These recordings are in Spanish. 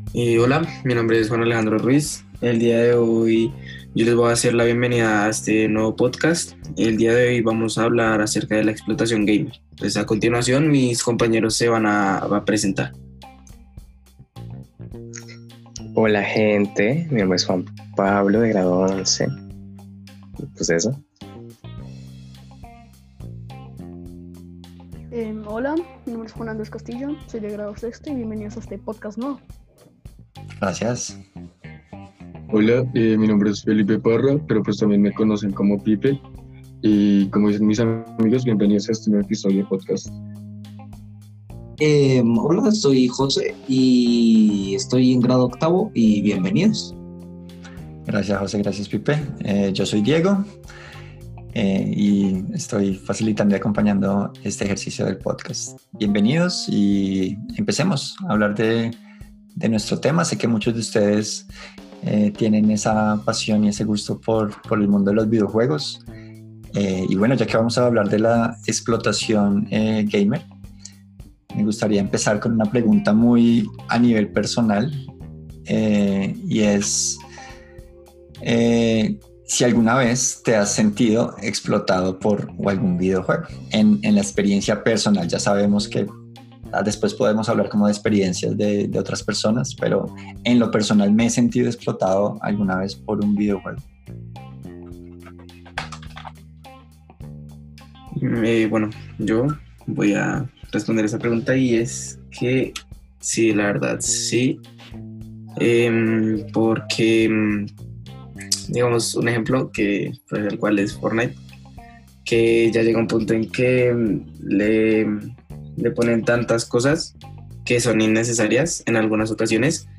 Hola, mi nombre es Juan Alejandro Ruiz. El día de hoy yo les voy a hacer la bienvenida a este nuevo podcast. El día de hoy vamos a hablar acerca de la explotación gamer. Entonces, a continuación mis compañeros se van a presentar. Hola gente, mi nombre es Juan Pablo de grado 11. Pues eso. Hola, mi nombre es Juan Andrés Castillo, soy de grado sexto y bienvenidos a este podcast nuevo. Gracias. Hola, mi nombre es Felipe Parra, pero pues también me conocen como Pipe. Y como dicen mis amigos, bienvenidos a este nuevo episodio de podcast. Hola, soy José y estoy en grado octavo y bienvenidos. Gracias, José. Gracias, Pipe. Yo soy Diego y estoy facilitando y acompañando este ejercicio del podcast. Bienvenidos y empecemos a hablar de nuestro tema. Sé que muchos de ustedes tienen esa pasión y ese gusto por el mundo de los videojuegos. Y bueno, ya que vamos a hablar de la explotación gamer, me gustaría empezar con una pregunta muy a nivel personal y es si alguna vez te has sentido explotado por algún videojuego en la experiencia personal. Ya sabemos que después podemos hablar como de experiencias de otras personas, pero en lo personal me he sentido explotado alguna vez por un videojuego. Bueno, yo voy a responder esa pregunta y es que sí, la verdad, sí. Porque, digamos, un ejemplo que pues, el cual es Fortnite, que ya llega un punto en que le ponen tantas cosas que son innecesarias en algunas ocasiones,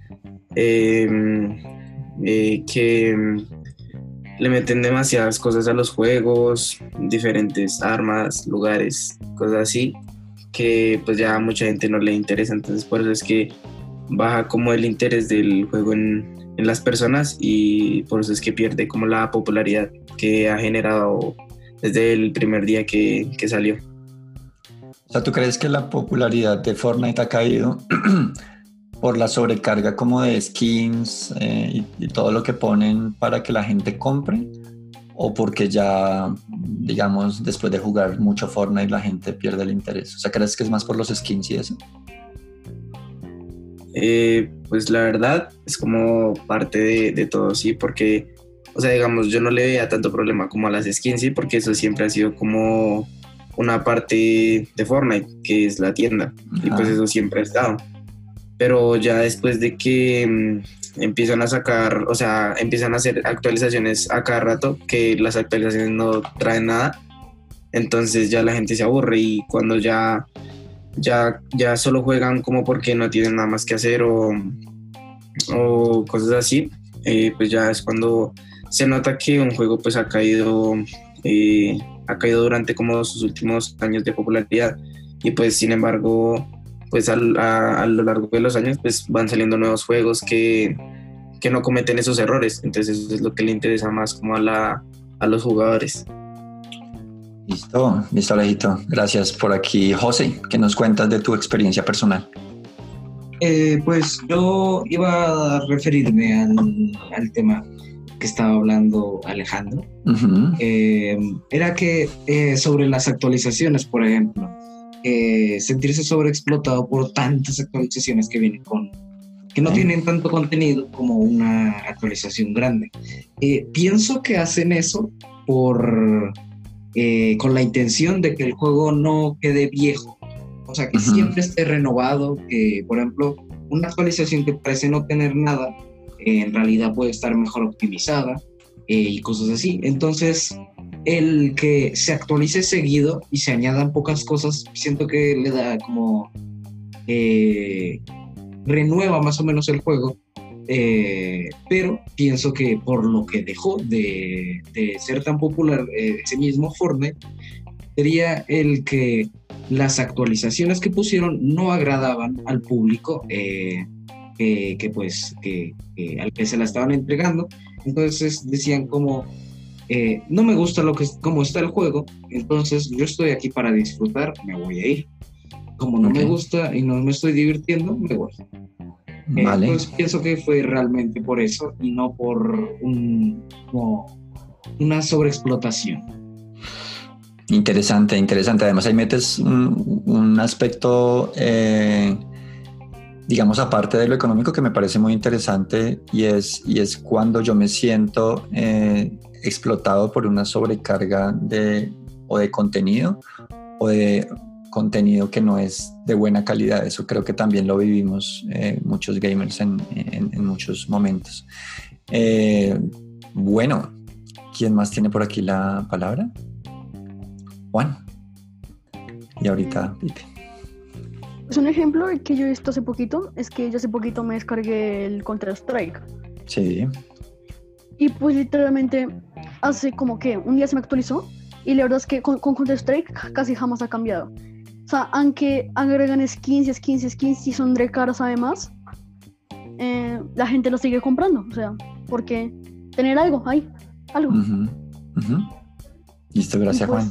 que le meten demasiadas cosas a los juegos, diferentes armas, lugares, cosas así, que pues ya a mucha gente no le interesa. Entonces por eso es que baja como el interés del juego en las personas y por eso es que pierde como la popularidad que ha generado desde el primer día que salió. O sea, ¿tú crees que la popularidad de Fortnite ha caído por la sobrecarga como de skins y todo lo que ponen para que la gente compre? ¿O porque ya, digamos, después de jugar mucho Fortnite la gente pierde el interés? O sea, ¿crees que es más por los skins y eso? Pues la verdad es como parte de todo, sí, porque, o sea, digamos, yo no le veía tanto problema como a las skins, sí, porque eso siempre ha sido como una parte de Fortnite, que es la tienda, y pues eso siempre ha estado. Pero ya después de que empiezan a sacar, o sea, empiezan a hacer actualizaciones a cada rato, que las actualizaciones no traen nada, entonces ya la gente se aburre y cuando ya solo juegan como porque no tienen nada más que hacer o cosas así, pues ya es cuando se nota que un juego pues ha caído durante como sus últimos años de popularidad y pues sin embargo pues a lo largo de los años pues van saliendo nuevos juegos que no cometen esos errores, entonces eso es lo que le interesa más como a los jugadores. Listo, Alejito. Gracias por aquí. José, ¿qué nos cuentas de tu experiencia personal? Pues yo iba a referirme al tema que estaba hablando Alejandro. Uh-huh. Era que sobre las actualizaciones, por ejemplo, sentirse sobreexplotado por tantas actualizaciones que vienen que no tienen tanto contenido como una actualización grande. Pienso que hacen eso con la intención de que el juego no quede viejo, o sea, que siempre esté renovado, que por ejemplo una actualización que parece no tener nada, en realidad puede estar mejor optimizada y cosas así. Entonces el que se actualice seguido y se añadan pocas cosas, siento que le da como renueva más o menos el juego. Pero pienso que por lo que dejó de ser tan popular ese mismo Fortnite, sería el que las actualizaciones que pusieron no agradaban al público al que se la estaban entregando. Entonces decían como no me gusta cómo está el juego, entonces yo estoy aquí para disfrutar, me voy a ir. Como no me gusta y no me estoy divirtiendo, me voy. Vale. Entonces pienso que fue realmente por eso y no por una sobreexplotación. Interesante. Además, ahí metes un aspecto, digamos, aparte de lo económico, que me parece muy interesante, y es cuando yo me siento explotado por una sobrecarga de contenido, o de contenido que no es de buena calidad. Eso creo que también lo vivimos muchos gamers en muchos momentos. Bueno, ¿quién más tiene por aquí la palabra? Juan. Y ahorita Pipe. Pues un ejemplo que yo he visto hace poquito es que yo hace poquito me descargué el Counter-Strike. Sí. Y pues literalmente hace como que un día se me actualizó y la verdad es que con Counter-Strike casi jamás ha cambiado. O sea, aunque agregan skins y son re caros además, la gente lo sigue comprando. O sea, porque tener algo. Listo, gracias, pues, Juan.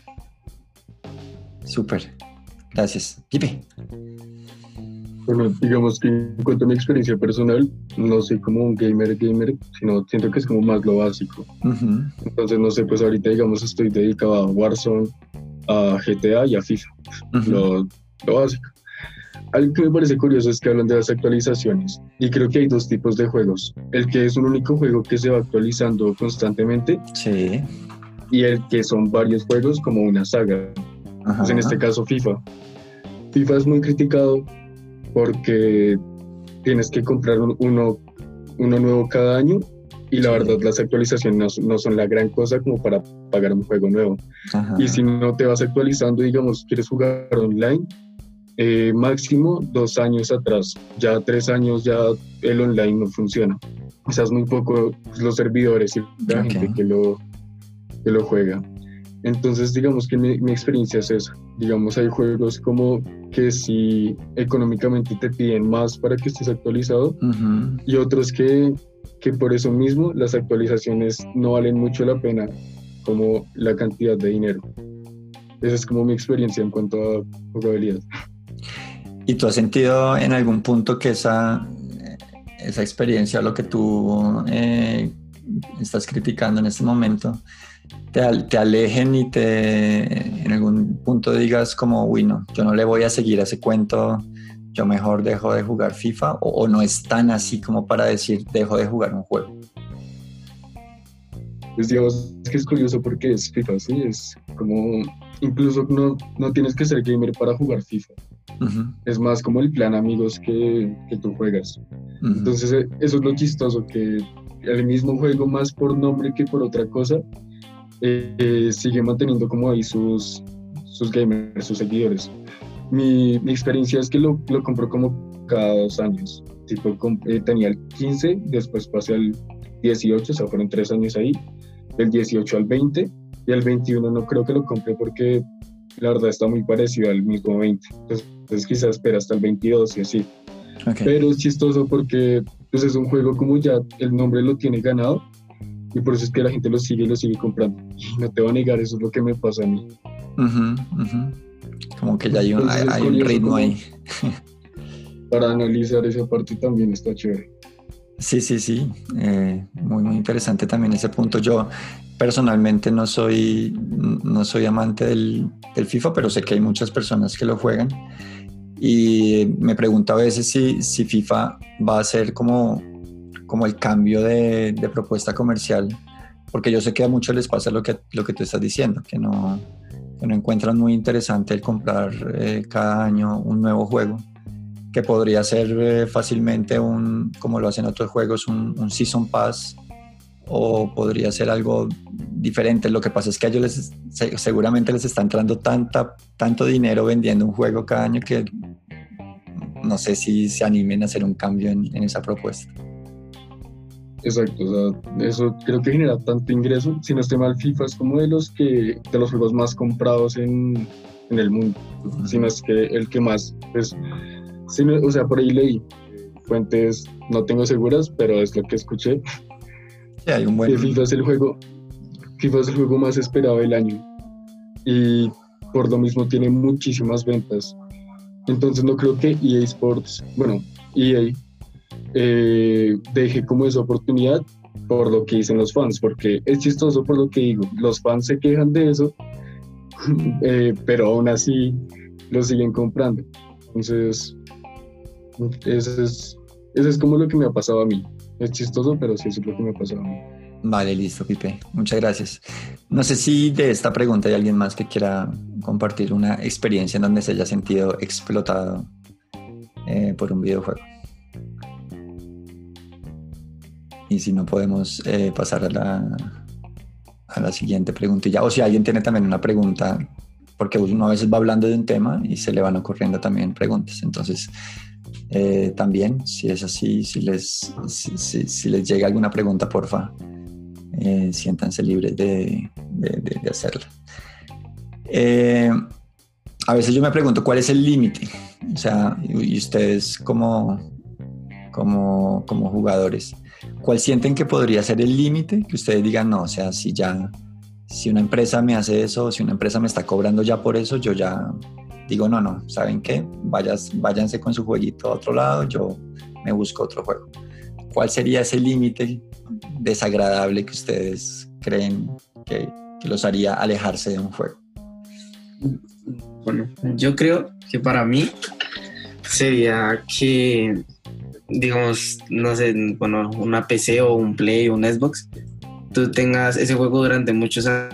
Súper, gracias. Pipe. Bueno, digamos que en cuanto a mi experiencia personal, no soy como un gamer, sino siento que es como más lo básico. Entonces, no sé, pues ahorita, digamos, estoy dedicado a Warzone, a GTA y a FIFA, lo básico. Algo que me parece curioso es que hablan de las actualizaciones, y creo que hay dos tipos de juegos: el que es un único juego que se va actualizando constantemente, Sí. y el que son varios juegos como una saga. Pues en este caso FIFA es muy criticado porque tienes que comprar uno nuevo cada año, y la verdad las actualizaciones no son la gran cosa como para pagar un juego nuevo. Y si no te vas actualizando, digamos, quieres jugar online, máximo 2 años atrás, ya 3 años ya el online no funciona. O sea, es muy poco los servidores y la gente que lo juega. Entonces, digamos que mi experiencia es esa. Digamos, hay juegos como que si económicamente te piden más para que estés actualizado, y otros que por eso mismo las actualizaciones no valen mucho la pena como la cantidad de dinero. Esa es como mi experiencia en cuanto a jugabilidad. ¿Y tú has sentido en algún punto que esa experiencia, lo que tú estás criticando en este momento, te alejen y en algún punto digas como, uy, no, yo no le voy a seguir a ese cuento, yo mejor dejo de jugar FIFA, o no es tan así como para decir dejo de jugar un juego? Pues digamos que es curioso porque es FIFA, ¿sí? Es como, incluso no tienes que ser gamer para jugar FIFA. Es más como el plan amigos que tú juegas. Entonces eso es lo chistoso, que el mismo juego, más por nombre que por otra cosa, sigue manteniendo como ahí sus gamers, sus seguidores. Mi experiencia es que lo compro como cada 2 años. Tipo, tenía el 15, después pasé al 18, o sea, fueron 3 años ahí, del 18 al 20, y al 21 no creo que lo compre porque la verdad está muy parecido al mismo 20. Entonces quizás espera hasta el 22 y así. Pero es chistoso porque pues, es un juego como ya el nombre lo tiene ganado, y por eso es que la gente lo sigue comprando. Y no te voy a negar, eso es lo que me pasa a mí. Como que ya hay un ritmo ahí. Para analizar esa parte también está chévere. Sí. Muy, muy interesante también ese punto. Yo personalmente no soy amante del FIFA, pero sé que hay muchas personas que lo juegan. Y me pregunto a veces si FIFA va a ser como el cambio de propuesta comercial, porque yo sé que a muchos les pasa lo que tú estás diciendo, que no encuentran muy interesante el comprar cada año un nuevo juego, que podría ser fácilmente como lo hacen otros juegos, un Season Pass, o podría ser algo diferente. Lo que pasa es que a ellos seguramente les está entrando tanto dinero vendiendo un juego cada año que no sé si se animen a hacer un cambio en esa propuesta. Exacto, o sea, eso creo que genera tanto ingreso. Si no estoy mal, FIFA es como de los juegos más comprados en el mundo, si no es que el que más, pues, o sea, por ahí leí fuentes, no tengo seguras, pero es lo que escuché. Sí, hay un buen... FIFA es el juego más esperado del año, y por lo mismo tiene muchísimas ventas. Entonces no creo que EA Sports, bueno, EA dejé como esa oportunidad por lo que dicen los fans, porque es chistoso por lo que digo, los fans se quejan de eso, pero aún así lo siguen comprando. Entonces, eso es como lo que me ha pasado a mí. Es chistoso, pero sí, eso es lo que me ha pasado a mí. Vale, listo, Pipe. Muchas gracias. No sé si de esta pregunta hay alguien más que quiera compartir una experiencia en donde se haya sentido explotado por un videojuego. Y si no, podemos pasar a la siguiente preguntilla. O si alguien tiene también una pregunta, porque uno a veces va hablando de un tema y se le van ocurriendo también preguntas. Entonces, también, si es así, si les llega alguna pregunta, porfa, siéntanse libres de hacerla. A veces yo me pregunto, ¿cuál es el límite? O sea, y ustedes como jugadores, ¿cuál sienten que podría ser el límite? Que ustedes digan, no, o sea, si una empresa me hace eso, si una empresa me está cobrando ya por eso, yo ya digo, no, ¿saben qué? Váyanse con su jueguito a otro lado, yo me busco otro juego. ¿Cuál sería ese límite desagradable que ustedes creen que los haría alejarse de un juego? Bueno, yo creo que para mí sería que, digamos, no sé, bueno, una PC o un Play o un Xbox, tú tengas ese juego durante muchos años,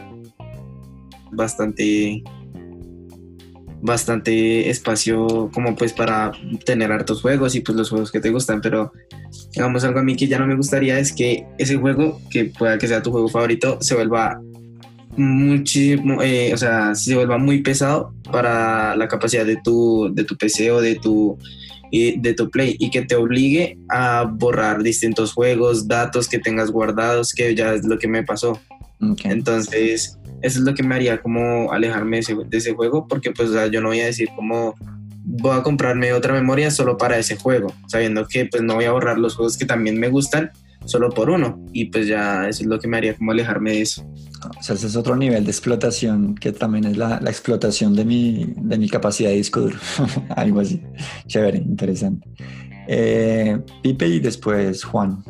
bastante espacio como pues para tener hartos juegos y pues los juegos que te gustan, pero digamos algo a mí que ya no me gustaría es que ese juego, que pueda que sea tu juego favorito, se vuelva muchísimo, o sea, se vuelva muy pesado para la capacidad de tu PC o de tu Play, y que te obligue a borrar distintos juegos, datos que tengas guardados, que ya es lo que me pasó. Okay. Entonces eso es lo que me haría como alejarme de ese juego, porque pues, o sea, yo no voy a decir como voy a comprarme otra memoria solo para ese juego, sabiendo que pues no voy a borrar los juegos que también me gustan solo por uno, y pues ya eso es lo que me haría como alejarme de eso. O sea, ese es otro nivel de explotación, que también es la explotación de mi capacidad de disco duro. Algo así. Chévere, interesante. Pipe y después Juan.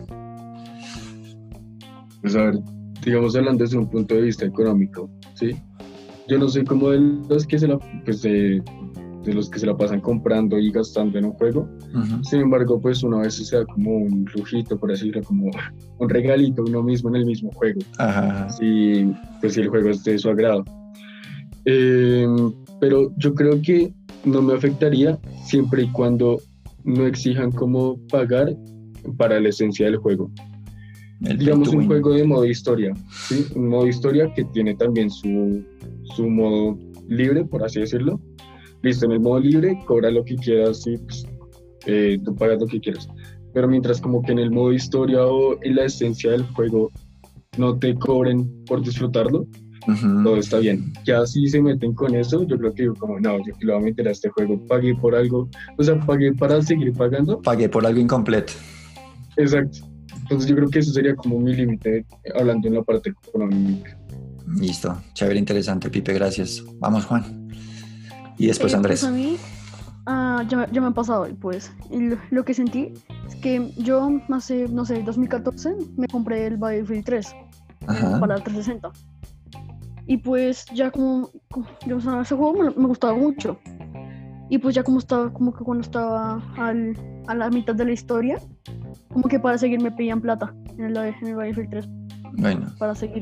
Pues a ver, digamos hablando desde un punto de vista económico, ¿sí? Yo no soy como de los que de los que se la pasan comprando y gastando en un juego. Uh-huh. Sin embargo, pues uno a veces se da como un lujito, por así decirlo, como un regalito uno mismo en el mismo juego. Uh-huh. Sí, pues si el juego es de su agrado. Pero yo creo que no me afectaría siempre y cuando no exijan como pagar para la esencia del juego. Digamos un juego de modo historia, ¿sí? Un modo historia que tiene también su modo libre, por así decirlo. Listo, en el modo libre cobra lo que quieras y pues, tú pagas lo que quieras. Pero mientras como que en el modo historia o en la esencia del juego no te cobren por disfrutarlo, uh-huh, todo está bien. Ya si se meten con eso, yo creo que digo como, no, yo que lo voy a meter a este juego, pagué por algo, o sea, pagué para seguir pagando. Pagué por algo incompleto. Exacto. Entonces yo creo que eso sería como mi límite, hablando en la parte económica. Listo, chévere, interesante, Pipe, gracias. Vamos, Juan. Y después Andrés. Pues a mí ya me ha pasado, pues lo que sentí es que yo hace, no sé, 2014 me compré el Battlefield 3 para el 360. Y pues ya como o sea, ese juego me gustaba mucho. Y pues ya como que cuando estaba a la mitad de la historia, como que para seguir me pedían plata en el Battlefield 3. Bueno. Para seguir.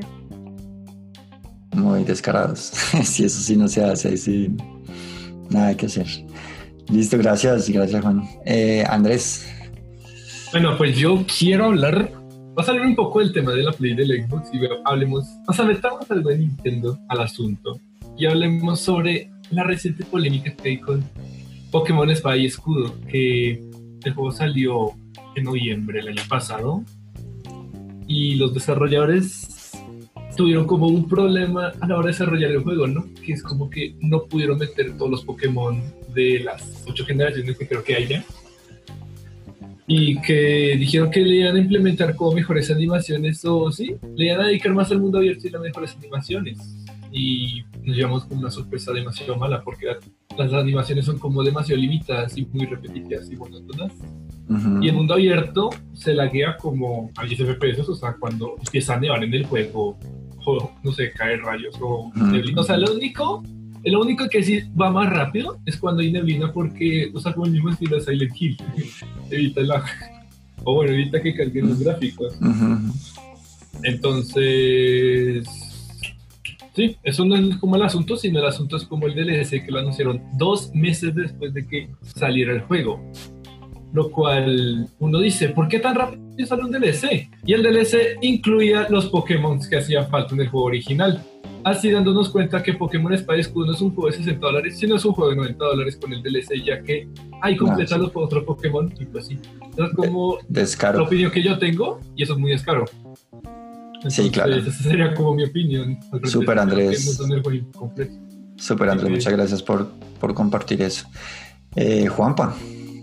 Muy descarados. Si eso sí no se hace, ahí sí, nada que hacer. Listo, gracias Juan. Andrés. Bueno, pues yo quiero hablar, va a salir un poco del tema de la Play del Xbox y hablemos, o sea, metamos algo de Nintendo al asunto y hablemos sobre la reciente polémica que hay con Pokémon Espada y Escudo, que el juego salió en noviembre del año pasado y los desarrolladores tuvieron como un problema a la hora de desarrollar el juego, ¿no? Que es como que no pudieron meter todos los Pokémon de las 8 generaciones que creo que hay ya, y que dijeron que le iban a implementar como mejores animaciones, o sí, le iban a dedicar más al mundo abierto y las mejores animaciones, y nos llevamos con una sorpresa demasiado mala, porque era las animaciones son como demasiado limitadas y muy repetitivas y monótonas. Y el mundo abierto se laguea como a 10 FPS, o sea, cuando empieza a nevar en el juego, o no sé, caer rayos o neblina. O sea, lo único que sí va más rápido es cuando hay neblina, porque usa como el mismo estilo de Silent Hill. Evita que carguen los gráficos. Entonces, sí, eso no es como el asunto, sino el asunto es como el DLC, que lo anunciaron 2 meses después de que saliera el juego. Lo cual uno dice, ¿por qué tan rápido sale un DLC? Y el DLC incluía los Pokémon que hacían falta en el juego original. Así dándonos cuenta que Pokémon Espada y Escudo no es un juego de $60, sino es un juego de $90 con el DLC, ya que hay completa los otros Pokémon, y pues sí. Es como descaro. La opinión que yo tengo, y eso es muy descaro. Entonces, sí, claro. Esa sería como mi opinión. Súper, Andrés. Súper, Andrés, muchas gracias por compartir eso. Juanpa.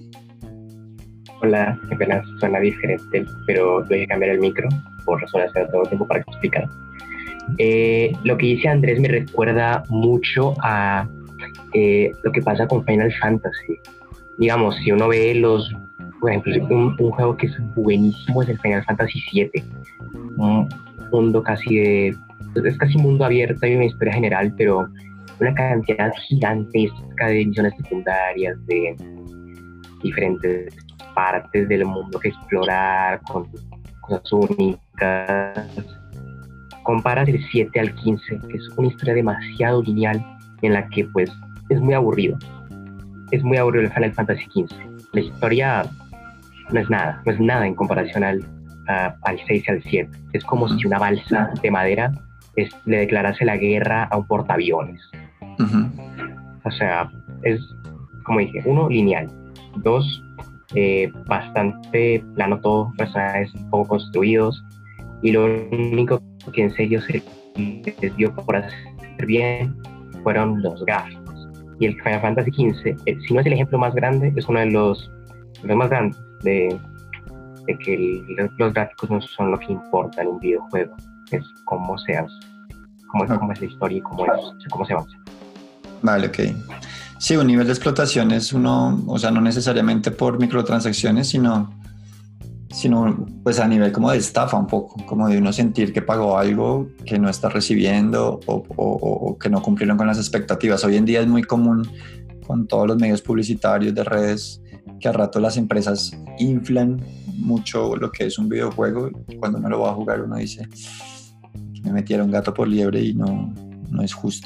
Hola, apenas suena diferente, pero tuve que cambiar el micro por razones que no tengo tiempo para explicar. Lo que dice Andrés me recuerda mucho a lo que pasa con Final Fantasy. Digamos, si uno ve por ejemplo, un juego que es buenísimo es el Final Fantasy VII. Un mundo es casi mundo abierto, hay una historia general, pero una cantidad gigantesca de misiones secundarias, de diferentes partes del mundo que explorar, con cosas únicas. Comparas el 7 al 15, que es una historia demasiado lineal, en la que pues es muy aburrido. Es muy aburrido el Final Fantasy XV. La historia no es nada en comparación al 6 y al 7. Es como si una balsa de madera le declarase la guerra a un portaaviones. O sea, es, como dije, 1, lineal. 2, bastante plano todo, personajes poco construidos, y lo único que en serio se les dio por hacer bien fueron los gráficos. Y el Final Fantasy XV, si no es el ejemplo más grande, es uno de los más grandes de que los gráficos no son lo que importa en un videojuego, es cómo es la historia y cómo se avanza. Vale, ok. Sí, un nivel de explotación es no necesariamente por microtransacciones, sino pues a nivel como de estafa un poco, como de uno sentir que pagó algo que no está recibiendo o que no cumplieron con las expectativas. Hoy en día es muy común con todos los medios publicitarios de redes que a rato las empresas inflan mucho lo que es un videojuego, y cuando uno lo va a jugar uno dice, me metieron gato por liebre y no es justo.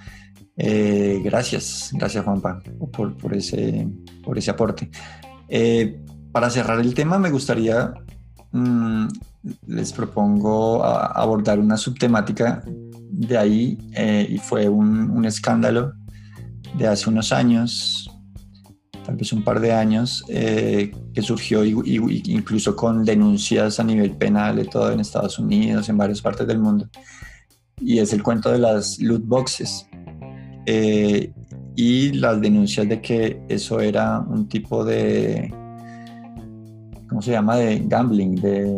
Gracias Juanpa por ese aporte. Para cerrar el tema me gustaría, les propongo abordar una subtemática de ahí, y fue un escándalo de hace unos años, tal vez un par de años, que surgió incluso con denuncias a nivel penal de todo en Estados Unidos, en varias partes del mundo, y es el cuento de las loot boxes. Y las denuncias de que eso era un tipo de, ¿cómo se llama? De gambling,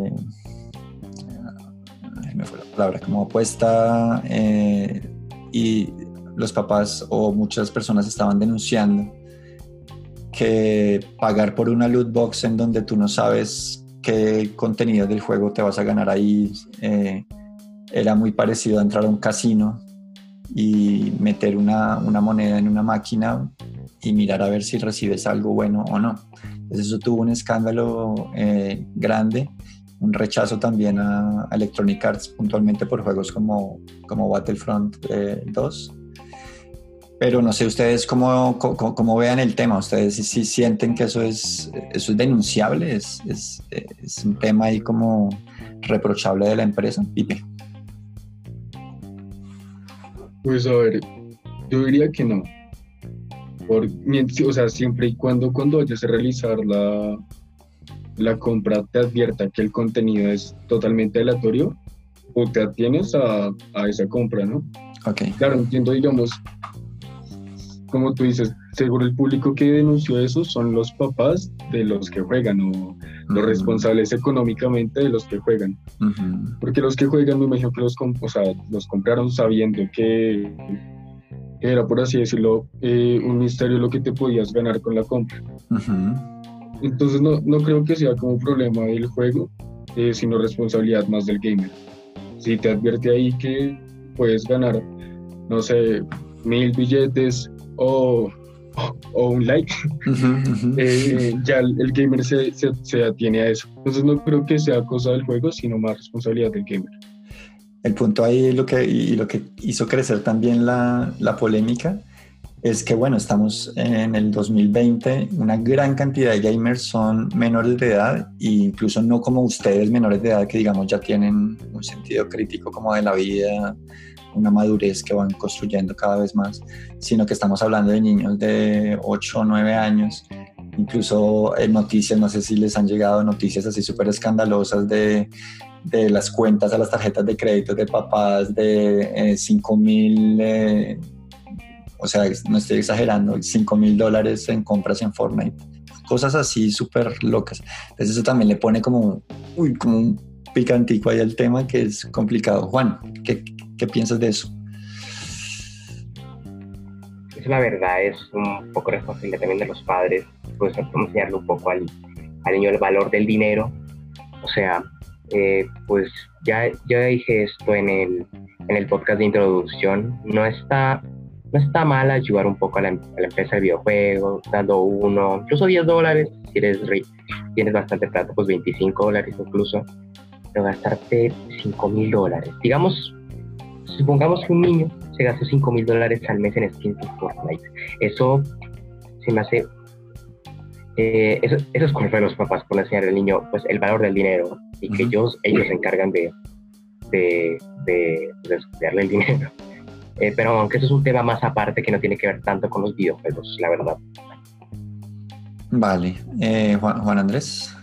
me fue la palabra, como apuesta, y los papás o muchas personas estaban denunciando que pagar por una loot box en donde tú no sabes qué contenido del juego te vas a ganar ahí, era muy parecido a entrar a un casino y meter una moneda en una máquina y mirar a ver si recibes algo bueno o no. Entonces eso tuvo un escándalo grande, un rechazo también a Electronic Arts puntualmente por juegos como Battlefront 2. Pero no sé ustedes cómo vean el tema. Ustedes si sienten que eso es denunciable, es un tema ahí como reprochable de la empresa. Pipe. Pues a ver, yo diría que no. O sea, siempre y cuando vayas a realizar la compra te advierta que el contenido es totalmente aleatorio, o te atienes a esa compra, ¿no? Okay. Claro, entiendo, digamos, como tú dices, seguro el público que denunció eso son los papás de los que juegan, o los responsables económicamente de los que juegan. Porque los que juegan, me imagino que los compraron sabiendo que era, por así decirlo, un misterio lo que te podías ganar con la compra. Entonces no creo que sea como problema del juego, sino responsabilidad más del gamer. Si te advierte ahí que puedes ganar, no sé, 1000 billetes o un like, ya el gamer se atiene a eso. Entonces no creo que sea cosa del juego, sino más responsabilidad del gamer. El punto ahí lo que hizo crecer también la polémica es que, bueno, estamos en el 2020, una gran cantidad de gamers son menores de edad e incluso no como ustedes, menores de edad, que digamos ya tienen un sentido crítico como de la vida, una madurez que van construyendo cada vez más, sino que estamos hablando de niños de 8 o 9 años, incluso en noticias, no sé si les han llegado noticias así súper escandalosas de las cuentas a las tarjetas de crédito de papás de 5,000, o sea, no estoy exagerando, $5,000 en compras en Fortnite, cosas así súper locas. Entonces eso también le pone como un picantico ahí al tema que es complicado. Juan, ¿qué piensas de eso? Es la verdad, es un poco responsabilidad también de los padres, pues enseñarle un poco al niño el valor del dinero. O sea, pues ya dije esto en el podcast de introducción, no está mal ayudar un poco a la empresa de videojuegos, dando $1, incluso $10, si tienes bastante plata, pues $25 incluso, pero gastarte $5,000, digamos, supongamos que un niño se gasta $5,000 al mes en skins de Fortnite, eso se me hace, eso es culpa de los papás por enseñar al niño pues el valor del dinero y que ellos se encargan de darle el dinero. Pero aunque eso es un tema más aparte que no tiene que ver tanto con los videojuegos, la verdad. Vale. Juan Andrés.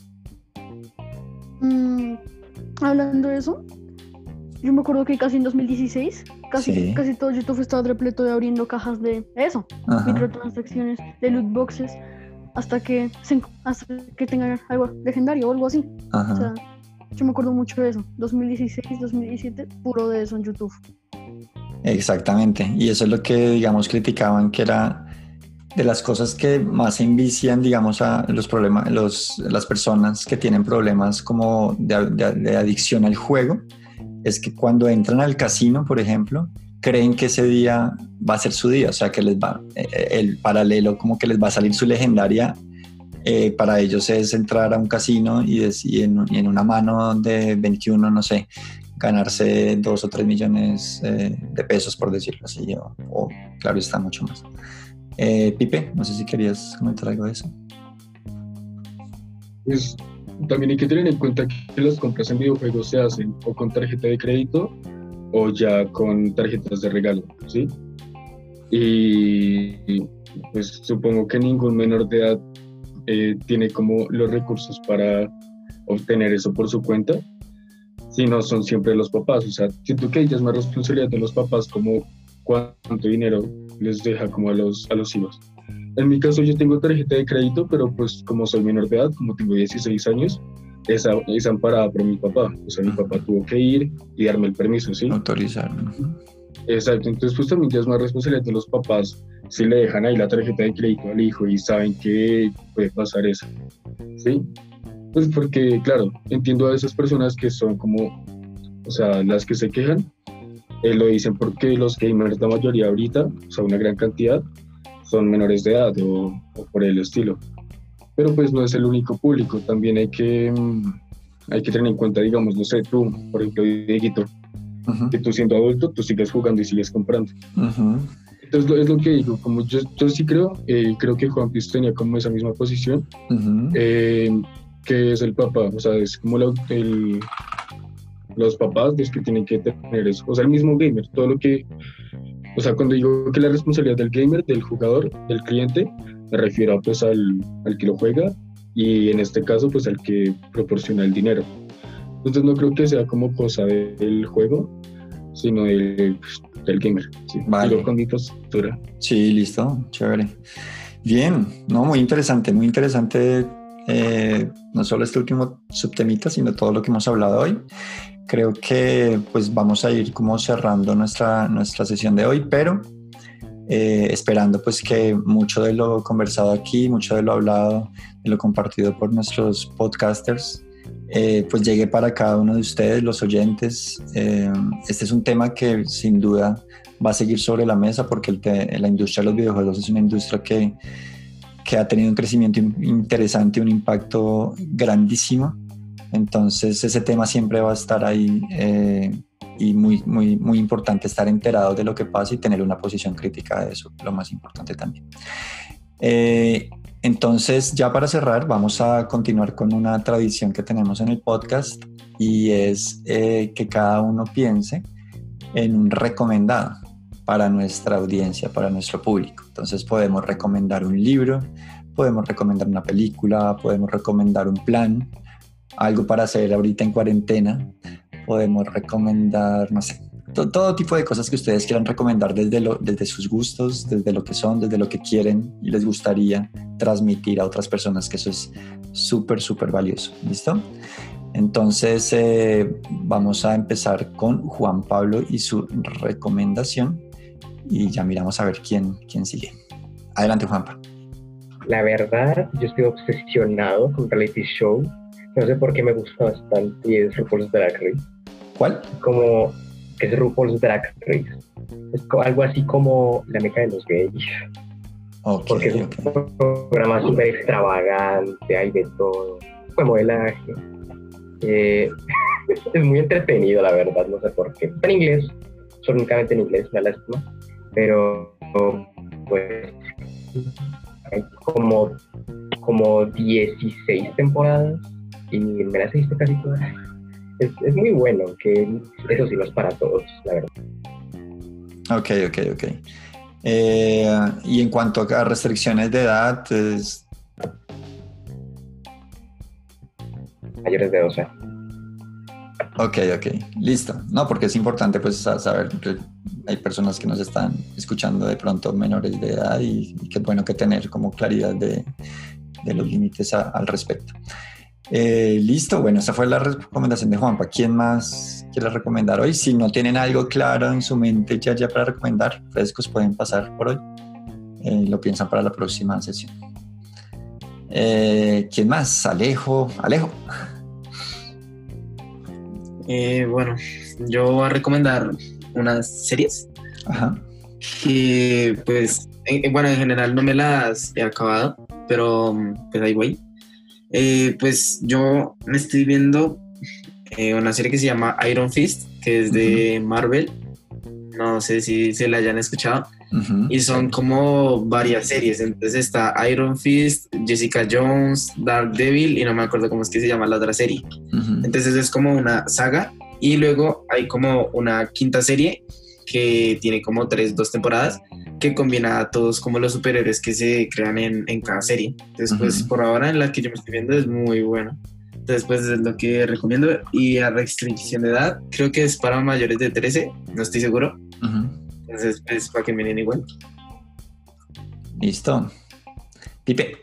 Hablando de eso, yo me acuerdo que casi en 2016, casi todo YouTube estaba repleto de abriendo cajas de eso, microtransacciones, de loot boxes, hasta que tengan algo legendario o algo así. O sea, yo me acuerdo mucho de eso. 2016, 2017, puro de eso en YouTube. Exactamente, y eso es lo que, digamos, criticaban, que era de las cosas que más envician, digamos, a las personas que tienen problemas como de adicción al juego, es que cuando entran al casino, por ejemplo, creen que ese día va a ser su día, o sea, que les va el paralelo, como que les va a salir su legendaria. Para ellos es entrar a un casino y en una mano de 21, no sé, ganarse 2 o 3 millones de pesos, por decirlo así, o claro, está mucho más. Pipe, no sé si querías comentar algo de eso. Pues también hay que tener en cuenta que las compras en videojuegos se hacen o con tarjeta de crédito o ya con tarjetas de regalo, ¿sí? Y pues supongo que ningún menor de edad tiene como los recursos para obtener eso por su cuenta, si no son siempre los papás. O sea, siento que ya es más responsabilidad de los papás como cuánto dinero les deja como a los hijos. En mi caso yo tengo tarjeta de crédito, pero pues como soy menor de edad, como tengo 16 años, es amparada por mi papá. O sea, mi papá tuvo que ir y darme el permiso, ¿sí? Autorizar. Exacto, entonces pues también ya es más responsabilidad de los papás si le dejan ahí la tarjeta de crédito al hijo y saben que puede pasar eso, ¿sí? Pues porque, claro, entiendo a esas personas que son como, o sea, las que se quejan, lo dicen porque los gamers, la mayoría ahorita, o sea, una gran cantidad, son menores de edad o por el estilo. Pero pues no es el único público, también hay que tener en cuenta, digamos, no sé, tú, por ejemplo, Dieguito, que tú siendo adulto, tú sigues jugando y sigues comprando. Entonces es lo que digo, como yo sí creo que Juan Piz tenía como esa misma posición, que es el papá, o sea, es como los papás los que tienen que tener eso, o sea, el mismo gamer, todo lo que, o sea, cuando digo que la responsabilidad del gamer, del jugador, del cliente, me refiero pues al que lo juega y en este caso pues al que proporciona el dinero. Entonces no creo que sea como cosa del juego, sino del gamer. Sí, vale. Con mi postura. Sí, listo, chévere. Bien, no, muy interesante, no solo este último subtemita, sino todo lo que hemos hablado hoy. Creo que pues vamos a ir como cerrando nuestra sesión de hoy, pero esperando pues que mucho de lo conversado aquí, mucho de lo hablado, de lo compartido por nuestros podcasters, pues llegue para cada uno de ustedes, los oyentes. Este es un tema que sin duda va a seguir sobre la mesa porque la industria de los videojuegos es una industria que ha tenido un crecimiento interesante, un impacto grandísimo. Entonces ese tema siempre va a estar ahí, y muy, muy, muy importante estar enterado de lo que pasa y tener una posición crítica de eso, lo más importante también. Entonces, ya para cerrar, vamos a continuar con una tradición que tenemos en el podcast, y es que cada uno piense en un recomendado para nuestra audiencia, para nuestro público. Entonces podemos recomendar un libro, podemos recomendar una película, podemos recomendar un plan, algo para hacer ahorita en cuarentena, podemos recomendar, no sé, todo tipo de cosas que ustedes quieran recomendar desde sus gustos, desde lo que son, desde lo que quieren y les gustaría transmitir a otras personas, que eso es súper, súper valioso. ¿Listo? Entonces vamos a empezar con Juan Pablo y su recomendación, y ya miramos a ver quién sigue. Adelante, Juanpa. La verdad, yo estoy obsesionado con reality show. No sé por qué me gusta bastante, y es RuPaul's Drag Race. ¿Cuál? Como que es RuPaul's Drag Race. Es algo así como la meca de los gays. Okay, porque es un programa súper extravagante, hay de todo. Fue modelaje. Es muy entretenido, la verdad, no sé por qué. En inglés, solo únicamente en inglés, me lástima. Pero, pues, hay como 16 temporadas y me las he visto casi todas. Es muy bueno, que eso sí no es para todos, la verdad. Ok. Y en cuanto a restricciones de edad, mayores de 12. Ok, listo. No, porque es importante pues saber que hay personas que nos están escuchando de pronto menores de edad, y que es bueno que tener como claridad de los límites al respecto. Listo, bueno, esa fue la recomendación de Juanpa. ¿Quién más quiere recomendar hoy? Si no tienen algo claro en su mente ya para recomendar, frescos, pueden pasar por hoy. Lo piensan para la próxima sesión. ¿Quién más? Alejo. Bueno, yo voy a recomendar unas series. Ajá. Que pues, bueno, en general no me las he acabado, pero pues ahí voy. Pues yo me estoy viendo una serie que se llama Iron Fist, que es de Marvel. No sé si se la hayan escuchado. Y son como varias series. Entonces está Iron Fist, Jessica Jones, Daredevil, y no me acuerdo cómo es que se llama la otra serie. Entonces es como una saga, y luego hay como una quinta serie que tiene como 2 temporadas, que combina a todos como los superhéroes que se crean en cada serie. Entonces pues por ahora en la que yo me estoy viendo es muy buena. Entonces pues es lo que recomiendo. Y a restricción de edad, creo que es para mayores de 13, no estoy seguro. Entonces pues para que miren igual. Listo. Pipe.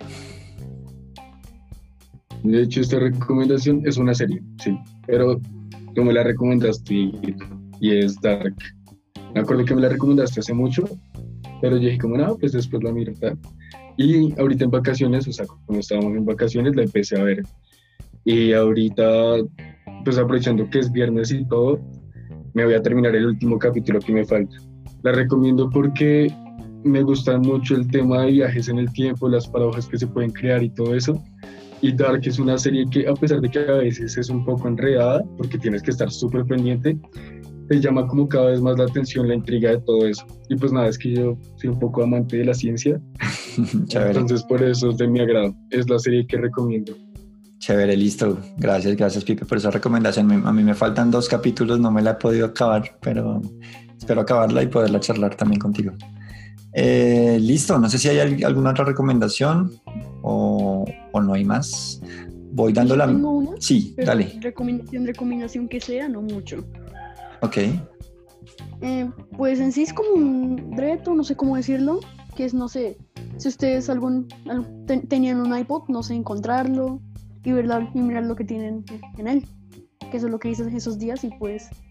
De hecho, esta recomendación es una serie, sí, pero tú me la recomendaste y es Dark. Me acuerdo que me la recomendaste hace mucho, pero yo dije como, no, pues después la miro, tal. Y ahorita en vacaciones, o sea, cuando estábamos en vacaciones, la empecé a ver. Y ahorita, pues aprovechando que es viernes y todo, me voy a terminar el último capítulo que me falta. La recomiendo porque me gusta mucho el tema de viajes en el tiempo, las paradojas que se pueden crear y todo eso. Y Dark es una serie que, a pesar de que a veces es un poco enredada, porque tienes que estar súper pendiente, te llama como cada vez más la atención, la intriga de todo eso. Y pues nada, es que yo soy un poco amante de la ciencia, entonces por eso es de mi agrado. Es la serie que recomiendo. Chévere, listo. Gracias Pipe por esa recomendación. A mí me faltan 2 capítulos, no me la he podido acabar, pero espero acabarla y poderla charlar también contigo. Listo, no sé si hay alguna otra recomendación o no hay más. Voy dando la... Tengo una, sí, dale. Recomendación que sea, no mucho. Ok. Pues en sí es como un reto, no sé cómo decirlo, que es, no sé, si ustedes tenían un iPod, no sé, encontrarlo y mirar lo que tienen en él, que eso es lo que hice esos días, y pues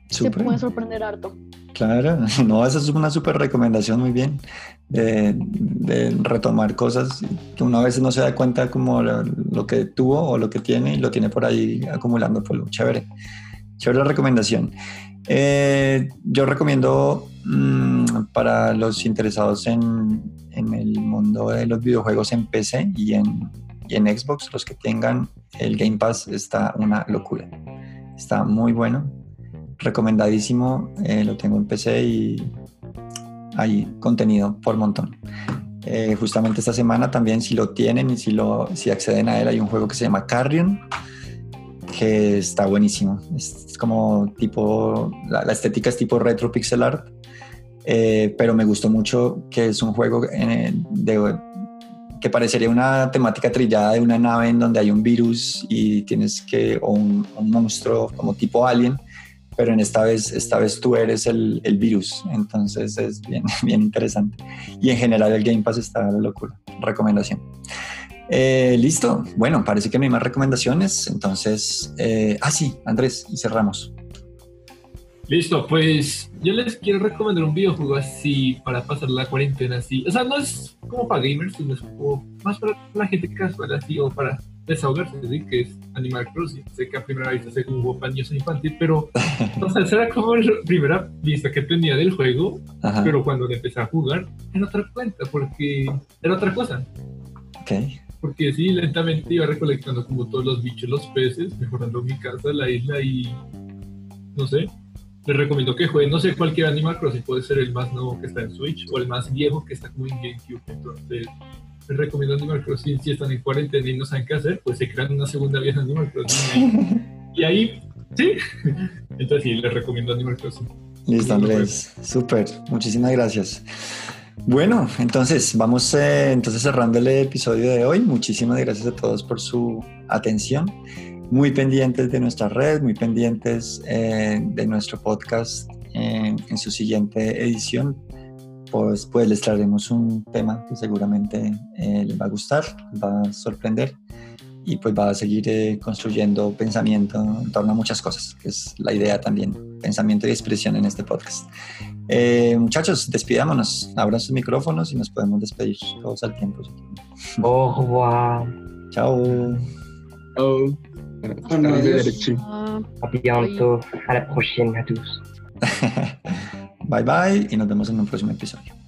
se puede sorprender harto. Claro, no, esa es una súper recomendación, muy bien, de retomar cosas que uno a veces no se da cuenta como lo que tuvo o lo que tiene y lo tiene por ahí acumulando polvo. Chévere la recomendación. Yo recomiendo para los interesados en el mundo de los videojuegos en PC y en Xbox, los que tengan el Game Pass, está una locura. Está muy bueno, recomendadísimo. Lo tengo en PC y hay contenido por montón. Justamente esta semana también, si lo tienen y si acceden a él, hay un juego que se llama Carrion, que está buenísimo. Es como tipo, la estética es tipo retro pixel art, pero me gustó mucho que es un juego que parecería una temática trillada de una nave en donde hay un virus y o un monstruo como tipo Alien, pero esta vez tú eres el virus, entonces es bien, bien interesante. Y en general el Game Pass está a la locura. Recomendación. Listo, bueno, parece que no hay más recomendaciones, entonces, sí, Andrés, y cerramos. Listo, pues yo les quiero recomendar un videojuego así para pasar la cuarentena así. O sea, no es como para gamers, sino es como más para la gente casual así o para desahogarse, ¿sí? Que es Animal Crossing. Sé que a primera vista se jugó para niños infantil, pero o sea, esa era como la primera vista que tenía del juego. Ajá. Pero cuando le empecé a jugar, era otra cuenta, porque era otra cosa. Okay. Porque sí, lentamente iba recolectando como todos los bichos, los peces, mejorando mi casa, la isla y no sé. Les recomiendo que jueguen, no sé, cualquier Animal Crossing, puede ser el más nuevo que está en Switch o el más viejo que está como en GameCube. Entonces, les recomiendo Animal Crossing. Si están en cuarentena y no saben qué hacer, pues se crean una segunda vieja Animal Crossing. Y ahí, sí. Entonces, sí, les recomiendo Animal Crossing. Listo, Andrés. Súper. Muchísimas gracias. Bueno, entonces vamos cerrando el episodio de hoy. Muchísimas gracias a todos por su atención. Muy pendientes de nuestra red, muy pendientes de nuestro podcast en su siguiente edición. Pues les traeremos un tema que seguramente les va a gustar, va a sorprender y pues va a seguir construyendo pensamiento en torno a muchas cosas, que es la idea también, pensamiento y expresión en este podcast. Muchachos, despidámonos, abran sus micrófonos y nos podemos despedir todos al tiempo. Au revoir. Chao. Chao. À bientôt. À la prochaine à tous. Bye bye y nos vemos en un próximo episodio.